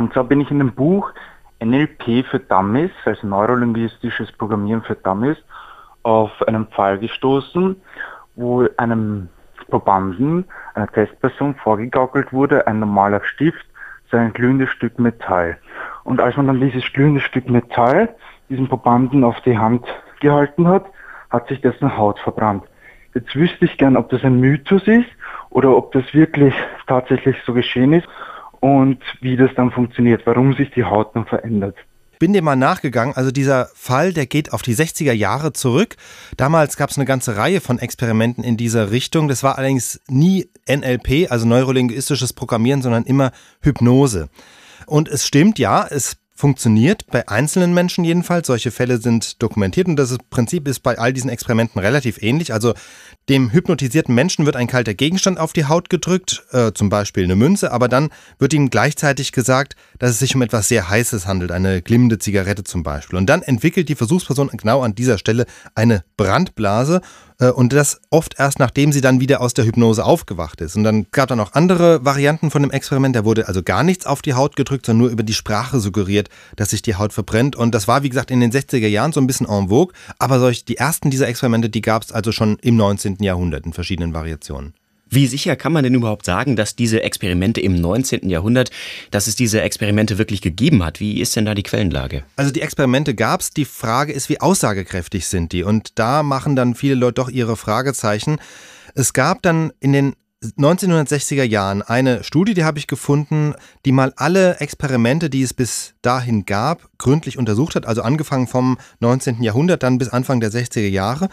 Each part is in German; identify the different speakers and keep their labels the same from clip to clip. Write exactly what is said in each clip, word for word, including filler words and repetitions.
Speaker 1: Und zwar bin ich in dem Buch N L P für Dummies, also neurolinguistisches Programmieren für Dummies, auf einen Fall gestoßen, wo einem Probanden, einer Testperson vorgegaukelt wurde, ein normaler Stift, so ein glühendes Stück Metall. Und als man dann dieses glühende Stück Metall diesem Probanden auf die Hand gehalten hat, hat sich dessen Haut verbrannt. Jetzt wüsste ich gern, ob das ein Mythos ist oder ob das wirklich tatsächlich so geschehen ist und wie das dann funktioniert, warum sich die Haut dann verändert.
Speaker 2: Bin dem mal nachgegangen, also dieser Fall, der geht auf die sechziger Jahre zurück. Damals gab es eine ganze Reihe von Experimenten in dieser Richtung. Das war allerdings nie N L P, also neurolinguistisches Programmieren, sondern immer Hypnose. Und es stimmt, ja, es funktioniert bei einzelnen Menschen jedenfalls. Solche Fälle sind dokumentiert und das Prinzip ist bei all diesen Experimenten relativ ähnlich. Also dem hypnotisierten Menschen wird ein kalter Gegenstand auf die Haut gedrückt, äh, zum Beispiel eine Münze, aber dann wird ihm gleichzeitig gesagt, dass es sich um etwas sehr Heißes handelt, eine glimmende Zigarette zum Beispiel. Und dann entwickelt die Versuchsperson genau an dieser Stelle eine Brandblase äh, und das oft erst, nachdem sie dann wieder aus der Hypnose aufgewacht ist. Und dann gab es noch andere Varianten von dem Experiment, da wurde also gar nichts auf die Haut gedrückt, sondern nur über die Sprache suggeriert, dass sich die Haut verbrennt. Und das war, wie gesagt, in den sechziger Jahren so ein bisschen en vogue, aber solch, die ersten dieser Experimente, die gab es also schon im neunzehnten Jahrhundert in verschiedenen Variationen.
Speaker 3: Wie sicher kann man denn überhaupt sagen, dass diese Experimente im neunzehnten Jahrhundert, dass es diese Experimente wirklich gegeben hat? Wie ist denn da die Quellenlage?
Speaker 2: Also die Experimente gab es, die Frage ist, wie aussagekräftig sind die? Und da machen dann viele Leute doch ihre Fragezeichen. Es gab dann in den neunzehnhundertsechziger Jahren eine Studie, die habe ich gefunden, die mal alle Experimente, die es bis dahin gab, gründlich untersucht hat, also angefangen vom neunzehnten Jahrhundert dann bis Anfang der sechziger Jahre.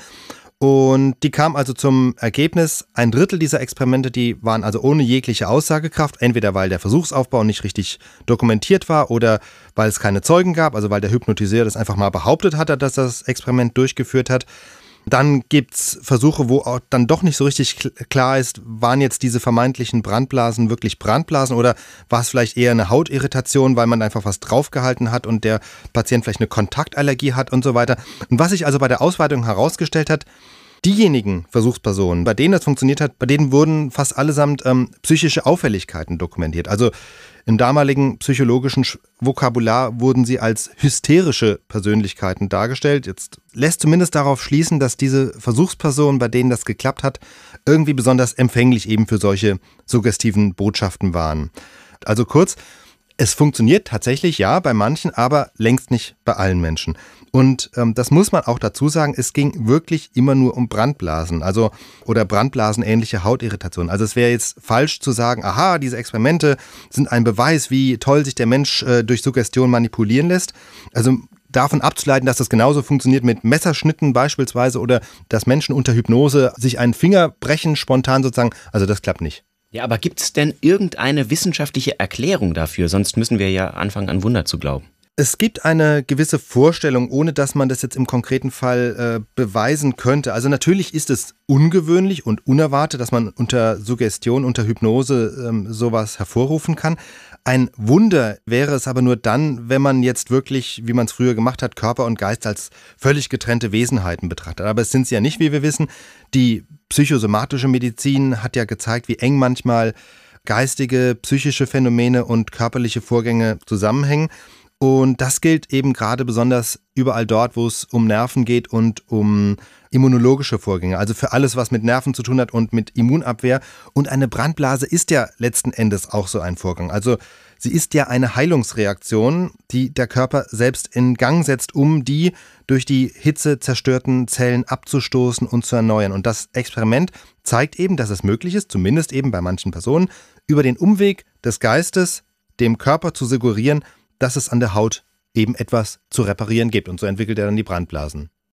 Speaker 2: Und die kam also zum Ergebnis, ein Drittel dieser Experimente, die waren also ohne jegliche Aussagekraft, entweder weil der Versuchsaufbau nicht richtig dokumentiert war oder weil es keine Zeugen gab, also weil der Hypnotiseur das einfach mal behauptet hatte, dass das Experiment durchgeführt hat. Dann gibt's Versuche, wo auch dann doch nicht so richtig klar ist, waren jetzt diese vermeintlichen Brandblasen wirklich Brandblasen oder war es vielleicht eher eine Hautirritation, weil man einfach was draufgehalten hat und der Patient vielleicht eine Kontaktallergie hat und so weiter. Und was sich also bei der Auswertung herausgestellt hat, diejenigen Versuchspersonen, bei denen das funktioniert hat, bei denen wurden fast allesamt ähm, psychische Auffälligkeiten dokumentiert. Also im damaligen psychologischen Vokabular wurden sie als hysterische Persönlichkeiten dargestellt. Jetzt lässt zumindest darauf schließen, dass diese Versuchspersonen, bei denen das geklappt hat, irgendwie besonders empfänglich eben für solche suggestiven Botschaften waren. Also kurz, es funktioniert tatsächlich, ja, bei manchen, aber längst nicht bei allen Menschen. Und ähm, das muss man auch dazu sagen, es ging wirklich immer nur um Brandblasen, also oder brandblasenähnliche Hautirritationen. Also es wäre jetzt falsch zu sagen, aha, diese Experimente sind ein Beweis, wie toll sich der Mensch äh, durch Suggestion manipulieren lässt. Also davon abzuleiten, dass das genauso funktioniert mit Messerschnitten beispielsweise oder dass Menschen unter Hypnose sich einen Finger brechen, spontan sozusagen, also das klappt nicht.
Speaker 3: Ja, aber gibt es denn irgendeine wissenschaftliche Erklärung dafür? Sonst müssen wir ja anfangen, an Wunder zu glauben.
Speaker 2: Es gibt eine gewisse Vorstellung, ohne dass man das jetzt im konkreten Fall äh, beweisen könnte. Also natürlich ist es ungewöhnlich und unerwartet, dass man unter Suggestion, unter Hypnose ähm, sowas hervorrufen kann. Ein Wunder wäre es aber nur dann, wenn man jetzt wirklich, wie man es früher gemacht hat, Körper und Geist als völlig getrennte Wesenheiten betrachtet. Aber es sind sie ja nicht, wie wir wissen. Die psychosomatische Medizin hat ja gezeigt, wie eng manchmal geistige, psychische Phänomene und körperliche Vorgänge zusammenhängen. Und das gilt eben gerade besonders überall dort, wo es um Nerven geht und um immunologische Vorgänge. Also für alles, was mit Nerven zu tun hat und mit Immunabwehr. Und eine Brandblase ist ja letzten Endes auch so ein Vorgang. Also sie ist ja eine Heilungsreaktion, die der Körper selbst in Gang setzt, um die durch die Hitze zerstörten Zellen abzustoßen und zu erneuern. Und das Experiment zeigt eben, dass es möglich ist, zumindest eben bei manchen Personen, über den Umweg des Geistes dem Körper zu suggerieren, dass es an der Haut eben etwas zu reparieren gibt. Und so entwickelt er dann die Brandblasen.